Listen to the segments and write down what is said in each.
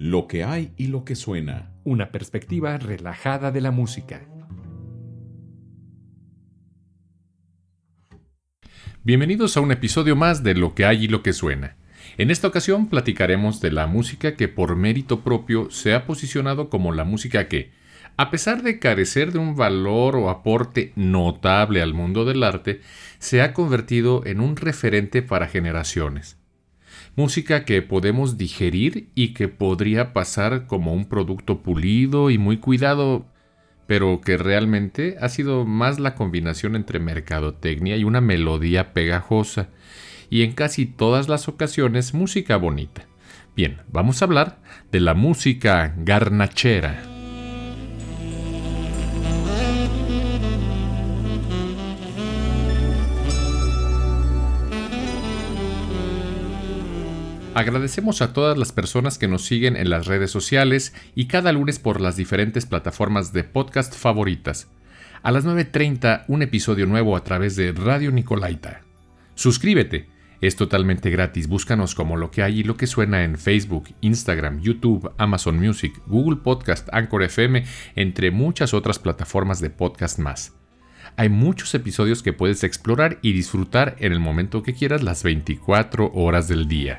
Lo que hay y lo que suena. Una perspectiva relajada de la música. Bienvenidos a un episodio más de Lo que hay y lo que suena. En esta ocasión platicaremos de la música que por mérito propio se ha posicionado como la música que, a pesar de carecer de un valor o aporte notable al mundo del arte, se ha convertido en un referente para generaciones. Música que podemos digerir y que podría pasar como un producto pulido y muy cuidado, pero que realmente ha sido más la combinación entre mercadotecnia y una melodía pegajosa, y en casi todas las ocasiones música bonita. Bien, vamos a hablar de la música garnachera. Agradecemos a todas las personas que nos siguen en las redes sociales y cada lunes por las diferentes plataformas de podcast favoritas. A las 9:30, un episodio nuevo a través de Radio Nicolaita. Suscríbete, es totalmente gratis. Búscanos como Lo que hay y lo que suena en Facebook, Instagram, YouTube, Amazon Music, Google Podcast, Anchor FM, entre muchas otras plataformas de podcast más. Hay muchos episodios que puedes explorar y disfrutar en el momento que quieras, las 24 horas del día.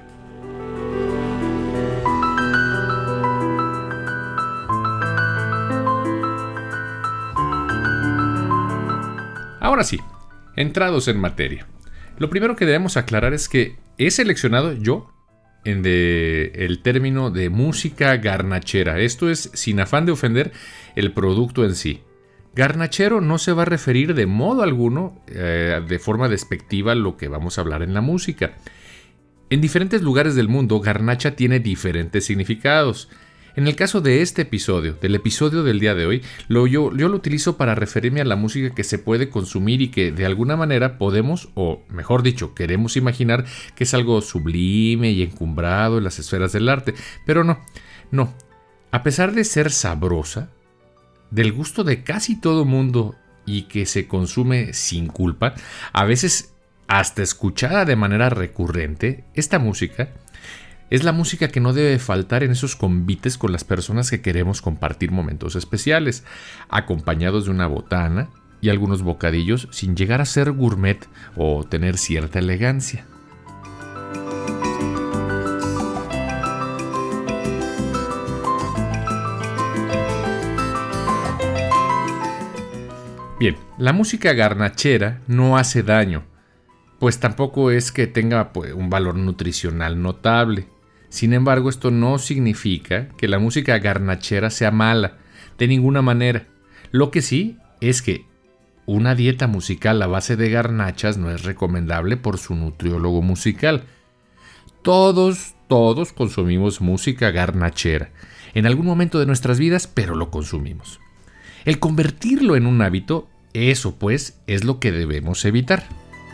Ahora sí, entrados en materia. Lo primero que debemos aclarar es que he seleccionado yo el término de música garnachera. Esto es sin afán de ofender el producto en sí. Garnachero no se va a referir de modo alguno, de forma despectiva, a lo que vamos a hablar en la música. En diferentes lugares del mundo, garnacha tiene diferentes significados. En el caso de este episodio, del episodio del día de hoy, yo lo utilizo para referirme a la música que se puede consumir y que de alguna manera podemos, o mejor dicho, queremos imaginar que es algo sublime y encumbrado en las esferas del arte. Pero no. A pesar de ser sabrosa, del gusto de casi todo mundo y que se consume sin culpa, a veces hasta escuchada de manera recurrente, esta música es la música que no debe faltar en esos convites con las personas que queremos compartir momentos especiales, acompañados de una botana y algunos bocadillos sin llegar a ser gourmet o tener cierta elegancia. Bien, la música garnachera no hace daño, pues tampoco es que tenga un valor nutricional notable. Sin embargo, esto no significa que la música garnachera sea mala, de ninguna manera. Lo que sí es que una dieta musical a base de garnachas no es recomendable por su nutriólogo musical. Todos consumimos música garnachera, en algún momento de nuestras vidas, pero lo consumimos. El convertirlo en un hábito, eso pues, es lo que debemos evitar.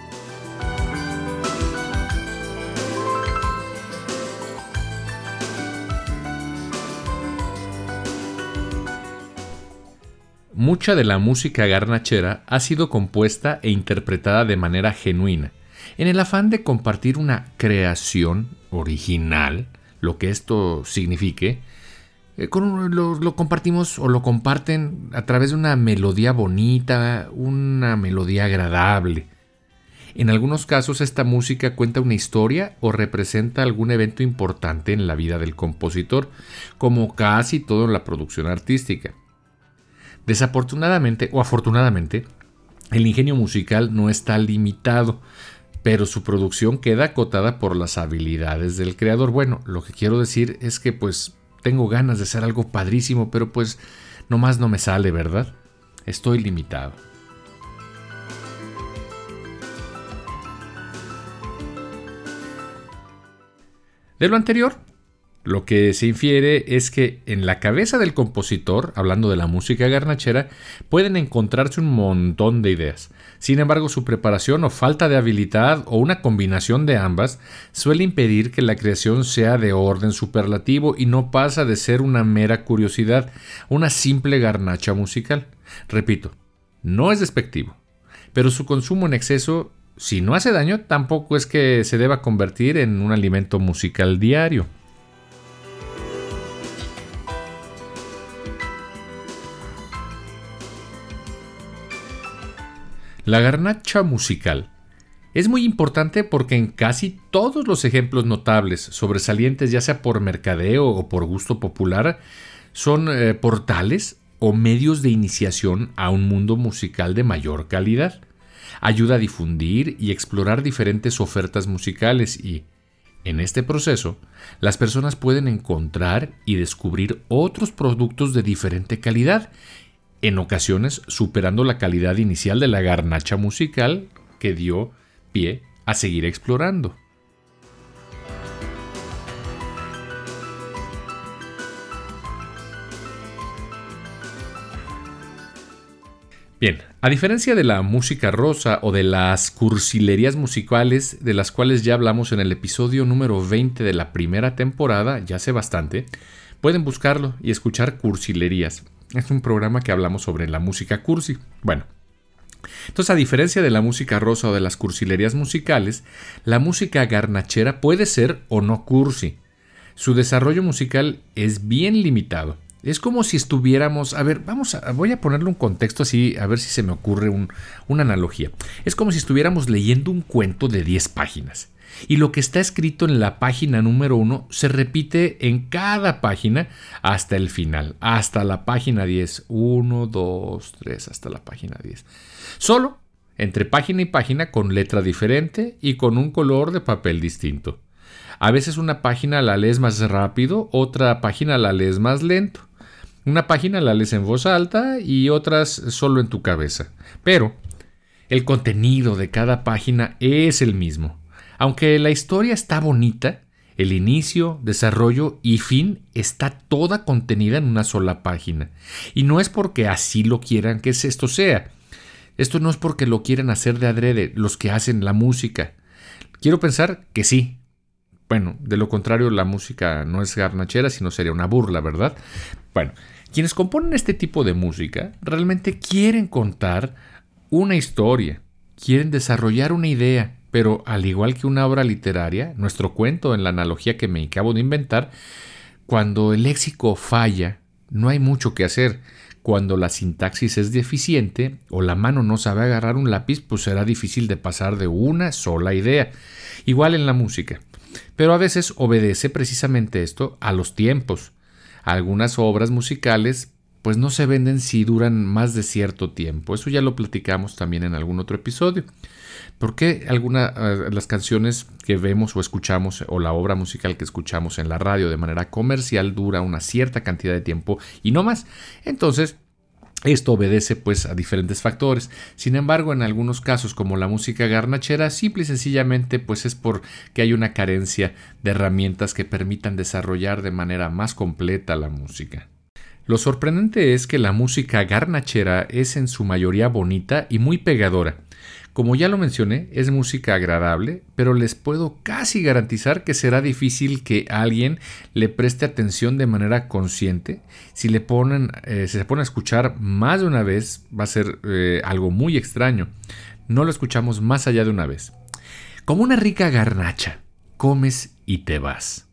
Mucha de la música garnachera ha sido compuesta e interpretada de manera genuina, en el afán de compartir una creación original, lo que esto signifique. Lo compartimos o lo comparten a través de una melodía bonita, una melodía agradable. En algunos casos esta música cuenta una historia o representa algún evento importante en la vida del compositor, como casi todo en la producción artística. Desafortunadamente o afortunadamente, el ingenio musical no está limitado, pero su producción queda acotada por las habilidades del creador. Bueno, lo que quiero decir es que tengo ganas de hacer algo padrísimo, pero nomás no me sale, ¿verdad? Estoy limitado. De lo anterior, lo que se infiere es que en la cabeza del compositor, hablando de la música garnachera, pueden encontrarse un montón de ideas. Sin embargo, su preparación o falta de habilidad o una combinación de ambas suele impedir que la creación sea de orden superlativo y no pasa de ser una mera curiosidad, una simple garnacha musical. Repito, no es despectivo, pero su consumo en exceso, si no hace daño, tampoco es que se deba convertir en un alimento musical diario. La garnacha musical es muy importante porque en casi todos los ejemplos notables, sobresalientes ya sea por mercadeo o por gusto popular, son portales o medios de iniciación a un mundo musical de mayor calidad. Ayuda a difundir y explorar diferentes ofertas musicales y, en este proceso, las personas pueden encontrar y descubrir otros productos de diferente calidad, en ocasiones superando la calidad inicial de la garnacha musical que dio pie a seguir explorando. Bien, a diferencia de la música rosa o de las cursilerías musicales de las cuales ya hablamos en el episodio número 20 de la primera temporada, ya hace bastante, pueden buscarlo y escuchar Cursilerías. Es un programa que hablamos sobre la música cursi. Bueno, entonces, a diferencia de la música rosa o de las cursilerías musicales, la música garnachera puede ser o no cursi. Su desarrollo musical es bien limitado. Es como si estuviéramos... voy a ponerle un contexto así, a ver si se me ocurre una analogía. Es como si estuviéramos leyendo un cuento de 10 páginas. Y lo que está escrito en la página número 1 se repite en cada página hasta el final, hasta la página 10. 1, 2, 3, hasta la página 10. Solo entre página y página con letra diferente y con un color de papel distinto. A veces una página la lees más rápido, otra página la lees más lento. Una página la lees en voz alta y otras solo en tu cabeza. Pero el contenido de cada página es el mismo. Aunque la historia está bonita, el inicio, desarrollo y fin está toda contenida en una sola página. Y no es porque así lo quieran que esto sea. Esto no es porque lo quieran hacer de adrede los que hacen la música. Quiero pensar que sí. Bueno, de lo contrario la música no es garnachera, sino sería una burla, ¿verdad? Bueno, quienes componen este tipo de música realmente quieren contar una historia, quieren desarrollar una idea. Pero al igual que una obra literaria, nuestro cuento, en la analogía que me acabo de inventar, cuando el léxico falla, no hay mucho que hacer. Cuando la sintaxis es deficiente o la mano no sabe agarrar un lápiz, pues será difícil de pasar de una sola idea. Igual en la música. Pero a veces obedece precisamente esto a los tiempos. Algunas obras musicales pues no se venden si duran más de cierto tiempo. Eso ya lo platicamos también en algún otro episodio. ¿Por qué las canciones que vemos o escuchamos o la obra musical que escuchamos en la radio de manera comercial dura una cierta cantidad de tiempo y no más? Entonces, esto obedece pues a diferentes factores. Sin embargo, en algunos casos como la música garnachera, simple y sencillamente pues es porque hay una carencia de herramientas que permitan desarrollar de manera más completa la música. Lo sorprendente es que la música garnachera es en su mayoría bonita y muy pegadora. Como ya lo mencioné, es música agradable, pero les puedo casi garantizar que será difícil que alguien le preste atención de manera consciente. Si se pone a escuchar más de una vez, va a ser algo muy extraño. No lo escuchamos más allá de una vez. Como una rica garnacha, comes y te vas.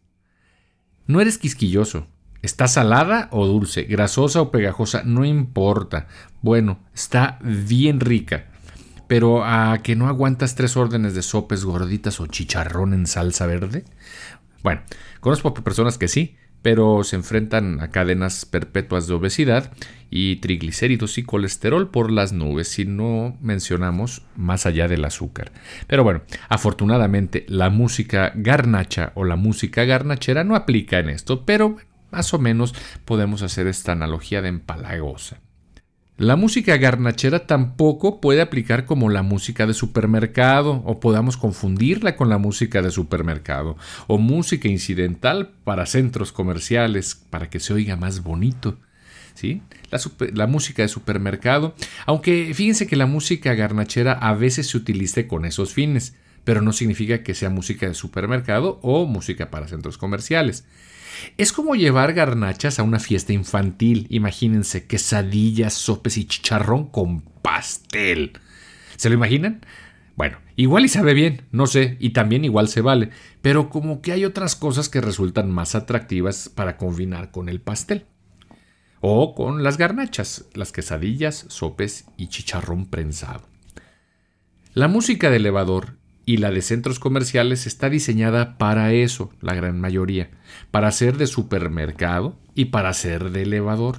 No eres quisquilloso. ¿Está salada o dulce? ¿Grasosa o pegajosa? No importa. Bueno, está bien rica. Pero ¿a que no aguantas 3 órdenes de sopes gorditas o chicharrón en salsa verde? Bueno, conozco personas que sí, pero se enfrentan a cadenas perpetuas de obesidad y triglicéridos y colesterol por las nubes, si no mencionamos más allá del azúcar. Pero bueno, afortunadamente la música garnacha o la música garnachera no aplica en esto, pero más o menos podemos hacer esta analogía de empalagosa. La música garnachera tampoco puede aplicar como la música de supermercado o podamos confundirla con la música de supermercado o música incidental para centros comerciales para que se oiga más bonito. ¿Sí? La música de supermercado, aunque fíjense que la música garnachera a veces se utiliza con esos fines, pero no significa que sea música de supermercado o música para centros comerciales. Es como llevar garnachas a una fiesta infantil. Imagínense, quesadillas, sopes y chicharrón con pastel. ¿Se lo imaginan? Bueno, igual y sabe bien, no sé, y también igual se vale, pero como que hay otras cosas que resultan más atractivas para combinar con el pastel. O con las garnachas, las quesadillas, sopes y chicharrón prensado. La música de elevador y la de centros comerciales está diseñada para eso, la gran mayoría, para ser de supermercado y para ser de elevador.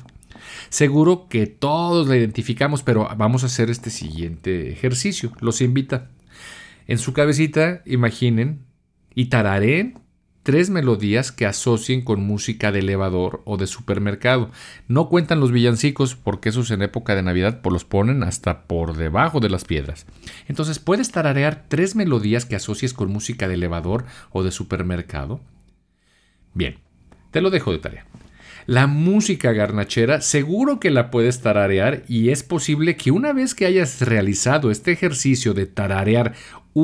Seguro que todos la identificamos, pero vamos a hacer este siguiente ejercicio. Los invita. En su cabecita, imaginen y tarareen 3 melodías que asocien con música de elevador o de supermercado. No cuentan los villancicos porque esos en época de Navidad pues los ponen hasta por debajo de las piedras. Entonces, ¿puedes tararear 3 melodías que asocies con música de elevador o de supermercado? Bien, te lo dejo de tarea. La música garnachera seguro que la puedes tararear y es posible que una vez que hayas realizado este ejercicio de tararear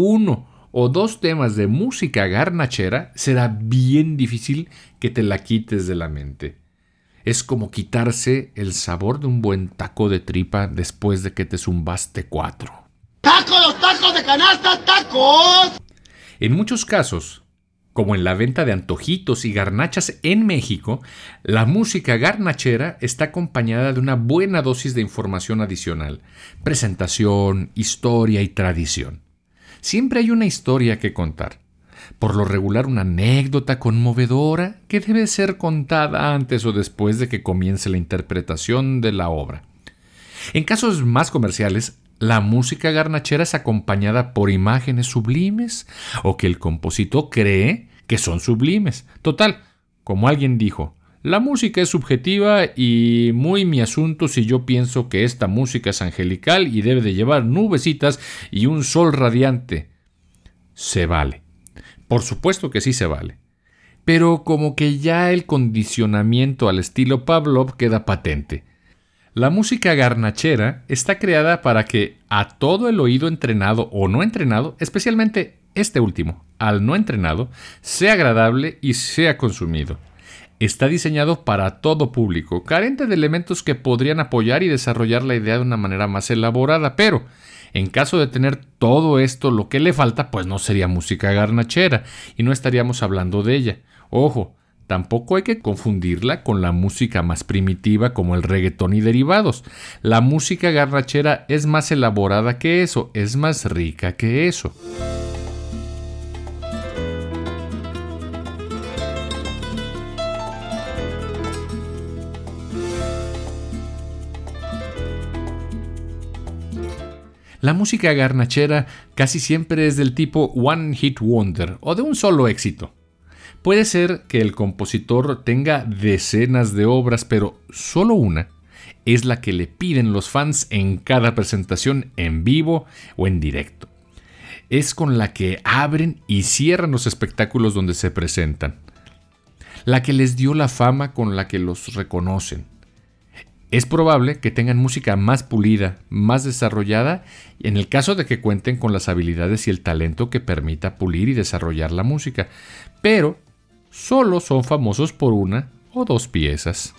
1 o 2 temas de música garnachera, será bien difícil que te la quites de la mente. Es como quitarse el sabor de un buen taco de tripa después de que te zumbaste 4. ¡Tacos, los tacos de canasta, tacos! En muchos casos, como en la venta de antojitos y garnachas en México, la música garnachera está acompañada de una buena dosis de información adicional, presentación, historia y tradición. Siempre hay una historia que contar. Por lo regular una anécdota conmovedora que debe ser contada antes o después de que comience la interpretación de la obra. En casos más comerciales, la música garnachera es acompañada por imágenes sublimes o que el compositor cree que son sublimes. Total, como alguien dijo, la música es subjetiva y muy mi asunto si yo pienso que esta música es angelical y debe de llevar nubecitas y un sol radiante. Se vale. Por supuesto que sí se vale. Pero como que ya el condicionamiento al estilo Pavlov queda patente. La música garnachera está creada para que a todo el oído entrenado o no entrenado, especialmente este último, al no entrenado, sea agradable y sea consumido. Está diseñado para todo público, carente de elementos que podrían apoyar y desarrollar la idea de una manera más elaborada, pero en caso de tener todo esto, lo que le falta, pues no sería música garnachera y no estaríamos hablando de ella. Ojo, tampoco hay que confundirla con la música más primitiva como el reggaetón y derivados. La música garnachera es más elaborada que eso, es más rica que eso. La música garnachera casi siempre es del tipo One Hit Wonder o de un solo éxito. Puede ser que el compositor tenga decenas de obras, pero solo una es la que le piden los fans en cada presentación en vivo o en directo. Es con la que abren y cierran los espectáculos donde se presentan. La que les dio la fama con la que los reconocen. Es probable que tengan música más pulida, más desarrollada, en el caso de que cuenten con las habilidades y el talento que permita pulir y desarrollar la música, pero solo son famosos por 1 o 2 piezas.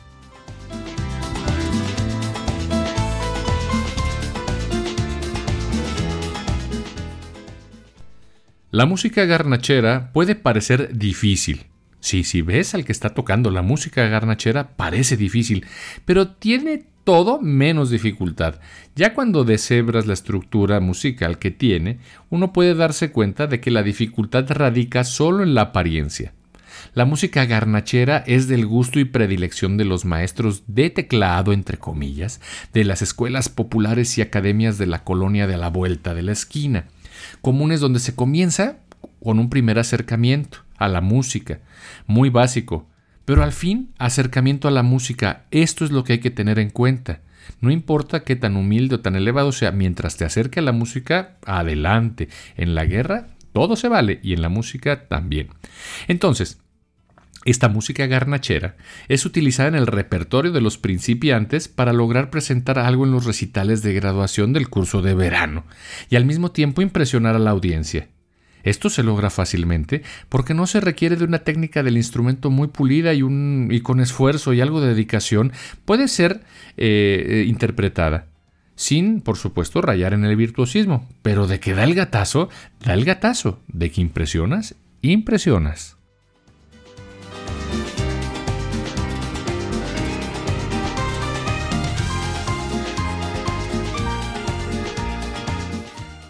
La música garnachera puede parecer difícil. Sí, si ves al que está tocando la música garnachera, parece difícil, pero tiene todo menos dificultad. Ya cuando deshebras la estructura musical que tiene, uno puede darse cuenta de que la dificultad radica solo en la apariencia. La música garnachera es del gusto y predilección de los maestros de teclado, entre comillas, de las escuelas populares y academias de la colonia de la vuelta de la esquina, comunes donde se comienza con un primer acercamiento a la música, muy básico, pero al fin acercamiento a la música. Esto es lo que hay que tener en cuenta. No importa qué tan humilde o tan elevado sea, mientras te acerque a la música, adelante. En la guerra todo se vale y en la música también. Entonces, esta música garnachera es utilizada en el repertorio de los principiantes para lograr presentar algo en los recitales de graduación del curso de verano y al mismo tiempo impresionar a la audiencia. Esto se logra fácilmente porque no se requiere de una técnica del instrumento muy pulida y con esfuerzo y algo de dedicación puede ser interpretada, sin, por supuesto, rayar en el virtuosismo, pero de que da el gatazo, de que impresionas, impresionas.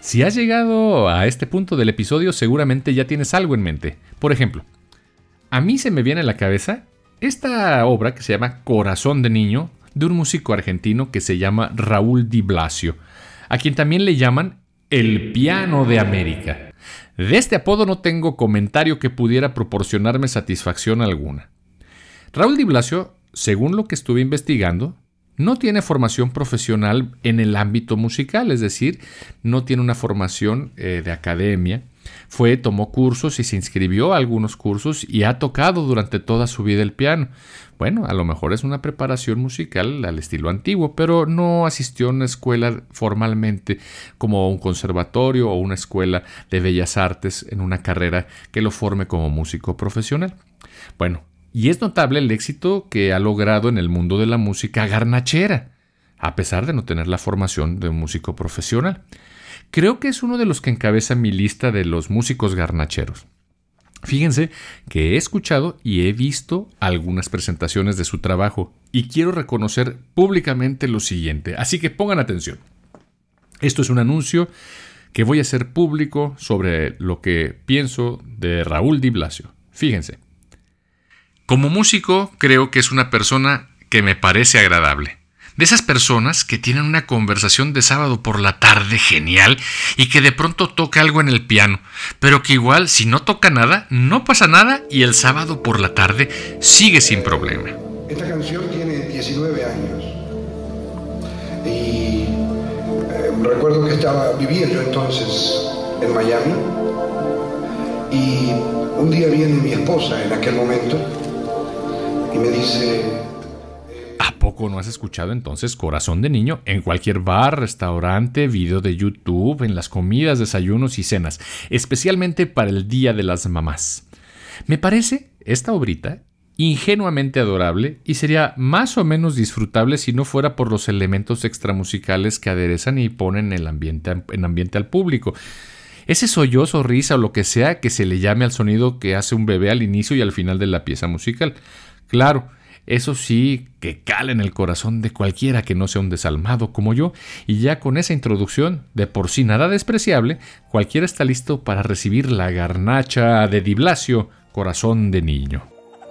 Si has llegado a este punto del episodio, seguramente ya tienes algo en mente. Por ejemplo, a mí se me viene a la cabeza esta obra que se llama Corazón de Niño, de un músico argentino que se llama Raúl Di Blasio, a quien también le llaman el Piano de América. De este apodo no tengo comentario que pudiera proporcionarme satisfacción alguna. Raúl Di Blasio, según lo que estuve investigando, no tiene formación profesional en el ámbito musical, es decir, no tiene una formación de academia. Tomó cursos y se inscribió a algunos cursos y ha tocado durante toda su vida el piano. Bueno, a lo mejor es una preparación musical al estilo antiguo, pero no asistió a una escuela formalmente como un conservatorio o una escuela de bellas artes en una carrera que lo forme como músico profesional. Bueno, y es notable el éxito que ha logrado en el mundo de la música garnachera, a pesar de no tener la formación de un músico profesional. Creo que es uno de los que encabeza mi lista de los músicos garnacheros. Fíjense que he escuchado y he visto algunas presentaciones de su trabajo y quiero reconocer públicamente lo siguiente, así que pongan atención. Esto es un anuncio que voy a hacer público sobre lo que pienso de Raúl Di Blasio. Fíjense. Como músico, creo que es una persona que me parece agradable. De esas personas que tienen una conversación de sábado por la tarde genial y que de pronto toca algo en el piano, pero que igual si no toca nada, no pasa nada y el sábado por la tarde sigue sin problema. Esta canción tiene 19 años y recuerdo que vivía yo entonces en Miami y un día viene mi esposa en aquel momento y me dice... ¿A poco no has escuchado entonces Corazón de Niño en cualquier bar, restaurante, video de YouTube, en las comidas, desayunos y cenas, especialmente para el Día de las Mamás? Me parece esta obrita ingenuamente adorable y sería más o menos disfrutable si no fuera por los elementos extramusicales que aderezan y ponen en ambiente al público. Ese sollozo, risa o lo que sea que se le llame al sonido que hace un bebé al inicio y al final de la pieza musical. Claro, eso sí que cala en el corazón de cualquiera que no sea un desalmado como yo, y ya con esa introducción, de por sí nada despreciable, cualquiera está listo para recibir la garnacha de Di Blasio, Corazón de Niño.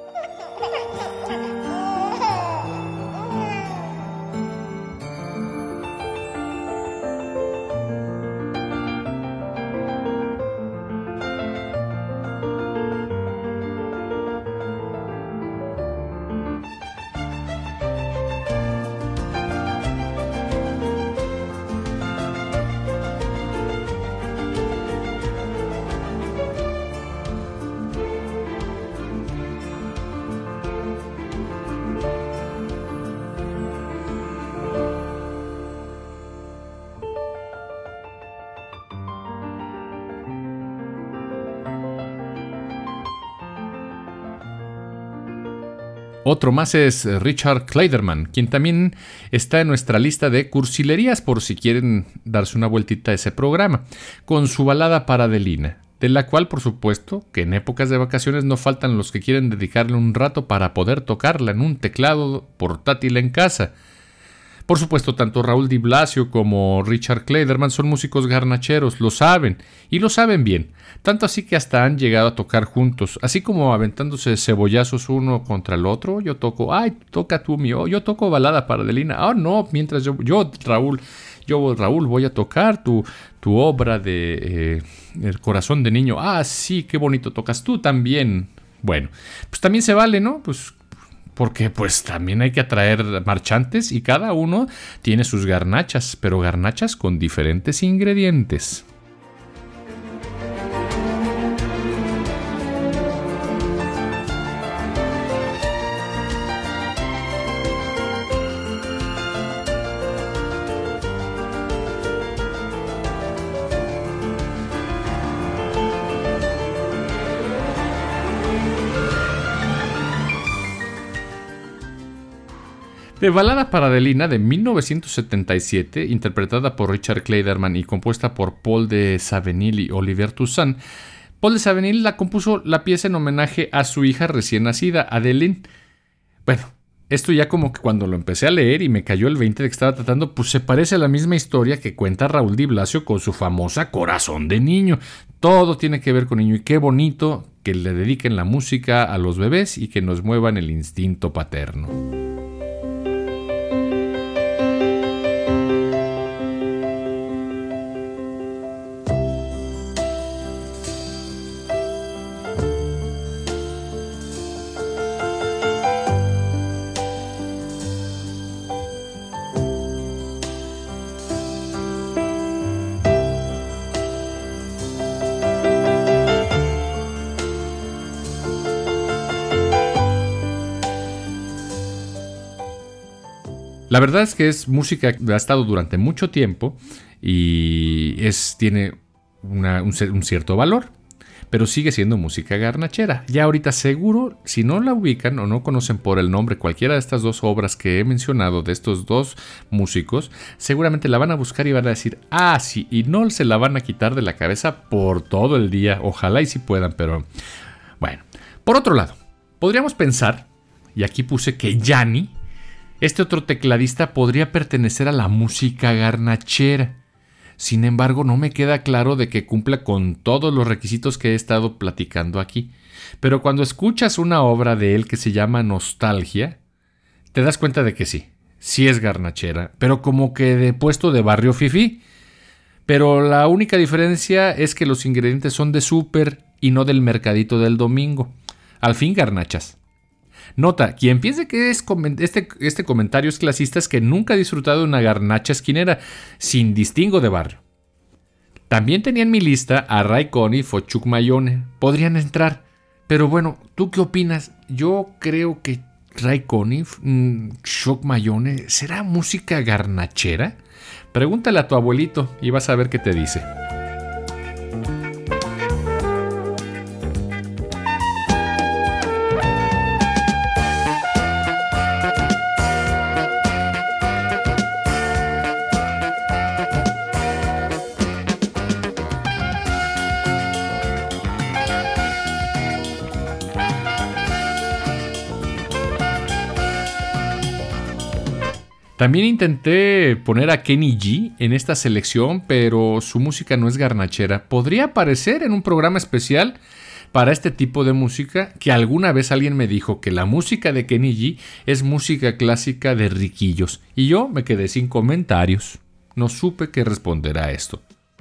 Otro más es Richard Clayderman, quien también está en nuestra lista de cursilerías por si quieren darse una vueltita a ese programa, con su balada para Adelina, de la cual por supuesto que en épocas de vacaciones no faltan los que quieren dedicarle un rato para poder tocarla en un teclado portátil en casa. Por supuesto, tanto Raúl Di Blasio como Richard Clayderman son músicos garnacheros, lo saben, y lo saben bien, tanto así que hasta han llegado a tocar juntos, así como aventándose cebollazos uno contra el otro. Yo toco, toca tú mío, yo toco balada para Adelina, no, mientras yo Raúl, voy a tocar tu obra de El Corazón de Niño. Sí, qué bonito, tocas tú también. Bueno, pues también se vale, ¿no? Porque pues también hay que atraer marchantes y cada uno tiene sus garnachas, pero garnachas con diferentes ingredientes. De Balada para Adelina de 1977, interpretada por Richard Clayderman y compuesta por Paul de Savenil y Olivier Toussaint, Paul de Savenil la compuso la pieza en homenaje a su hija recién nacida, Adeline. Bueno, Esto ya como que cuando lo empecé a leer y me cayó el 20 de que estaba tratando, pues se parece a la misma historia que cuenta Raúl Di Blasio con su famosa Corazón de Niño. Todo tiene que ver con niño y qué bonito que le dediquen la música a los bebés y que nos muevan el instinto paterno. La verdad es que es música que ha estado durante mucho tiempo y tiene un cierto valor, pero sigue siendo música garnachera. Ya ahorita seguro, si no la ubican o no conocen por el nombre cualquiera de estas dos obras que he mencionado de estos dos músicos, seguramente la van a buscar y van a decir, ah, sí, y no se la van a quitar de la cabeza por todo el día. Ojalá y si puedan, pero bueno. Por otro lado, podríamos pensar, y aquí puse que Yanni, este otro tecladista, podría pertenecer a la música garnachera. Sin embargo, no me queda claro de que cumpla con todos los requisitos que he estado platicando aquí. Pero cuando escuchas una obra de él que se llama Nostalgia, te das cuenta de que sí es garnachera, pero como que de puesto de barrio fifí. Pero la única diferencia es que los ingredientes son de súper y no del mercadito del domingo. Al fin, garnachas. Nota, quien piense que este comentario es clasista es que nunca ha disfrutado de una garnacha esquinera, sin distingo de barrio. También tenía en mi lista a Ray Conniff o Chuck Mayone. Podrían entrar. Pero bueno, ¿tú qué opinas? Yo creo que Ray Conniff, Chuck Mayone, ¿será música garnachera? Pregúntale a tu abuelito y vas a ver qué te dice. También intenté poner a Kenny G en esta selección, pero su música no es garnachera. Podría aparecer en un programa especial para este tipo de música, que alguna vez alguien me dijo que la música de Kenny G es música clásica de riquillos, y yo me quedé sin comentarios. No supe qué responder a esto.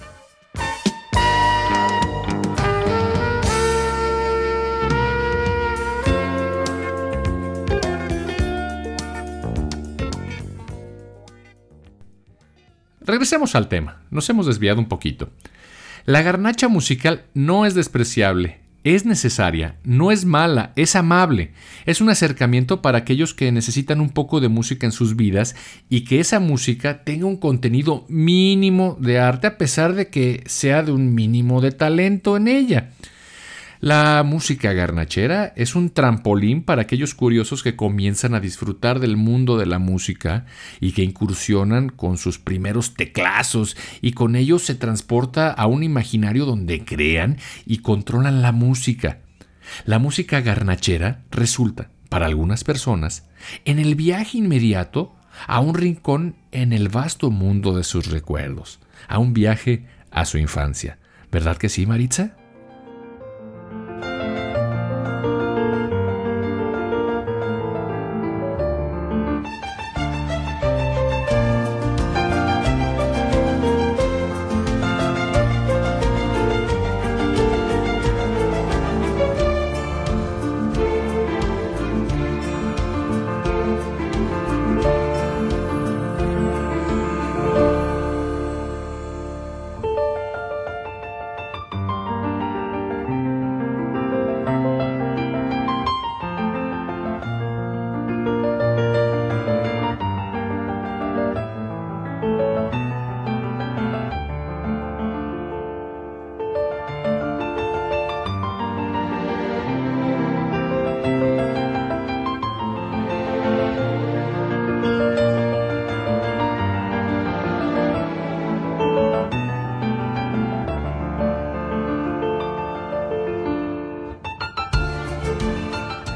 Regresemos al tema, nos hemos desviado un poquito. La garnacha musical no es despreciable, es necesaria, no es mala, es amable. Es un acercamiento para aquellos que necesitan un poco de música en sus vidas y que esa música tenga un contenido mínimo de arte a pesar de que sea de un mínimo de talento en ella. La música garnachera es un trampolín para aquellos curiosos que comienzan a disfrutar del mundo de la música y que incursionan con sus primeros teclazos y con ellos se transporta a un imaginario donde crean y controlan la música. La música garnachera resulta, para algunas personas, en el viaje inmediato a un rincón en el vasto mundo de sus recuerdos, a un viaje a su infancia. ¿Verdad que sí, Maritza?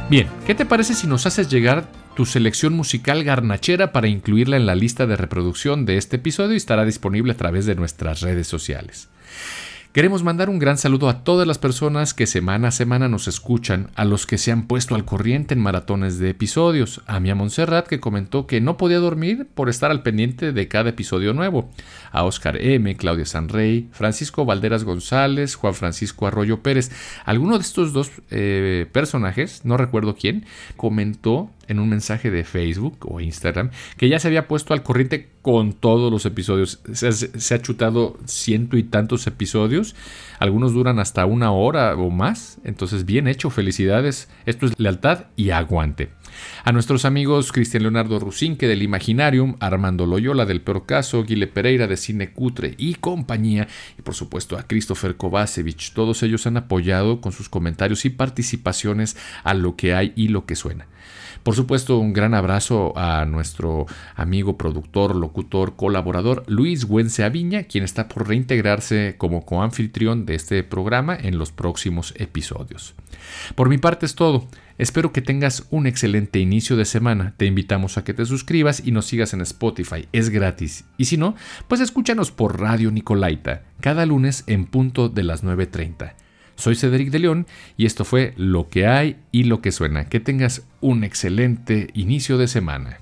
Bien, ¿qué te parece si nos haces llegar tu selección musical garnachera para incluirla en la lista de reproducción de este episodio y estará disponible a través de nuestras redes sociales? Queremos mandar un gran saludo a todas las personas que semana a semana nos escuchan, a los que se han puesto al corriente en maratones de episodios, a Mia Montserrat, que comentó que no podía dormir por estar al pendiente de cada episodio nuevo, a Oscar M., Claudia Sanrey, Francisco Valderas González, Juan Francisco Arroyo Pérez. Alguno de estos dos personajes, no recuerdo quién, comentó en un mensaje de Facebook o Instagram que ya se había puesto al corriente con todos los episodios. Se ha chutado 100 y tantos episodios, algunos duran hasta 1 hora o más, entonces bien hecho, felicidades, esto es lealtad y aguante. A nuestros amigos Cristian Leonardo Rusinque del Imaginarium, Armando Loyola del Peor Caso, Guile Pereira de Cine Cutre y compañía, y por supuesto a Christopher Kovacevic, todos ellos han apoyado con sus comentarios y participaciones a Lo que hay y lo que suena. Por supuesto, un gran abrazo a nuestro amigo productor, locutor, colaborador Luis Güense Aviña, quien está por reintegrarse como coanfitrión de este programa en los próximos episodios. Por mi parte es todo. Espero que tengas un excelente inicio de semana. Te invitamos a que te suscribas y nos sigas en Spotify. Es gratis. Y si no, pues escúchanos por Radio Nicolaita, cada lunes en punto de las 9:30. Soy Cedric de León y esto fue Lo que hay y lo que suena. Que tengas un excelente inicio de semana.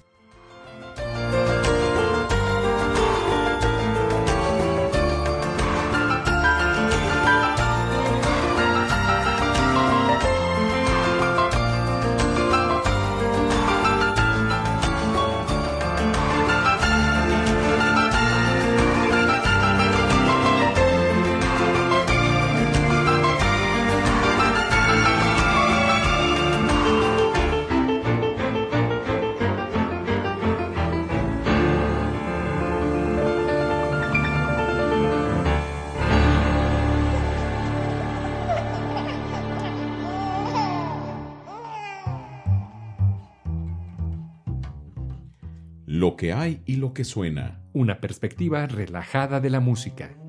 Lo que hay y lo que suena. Una perspectiva relajada de la música.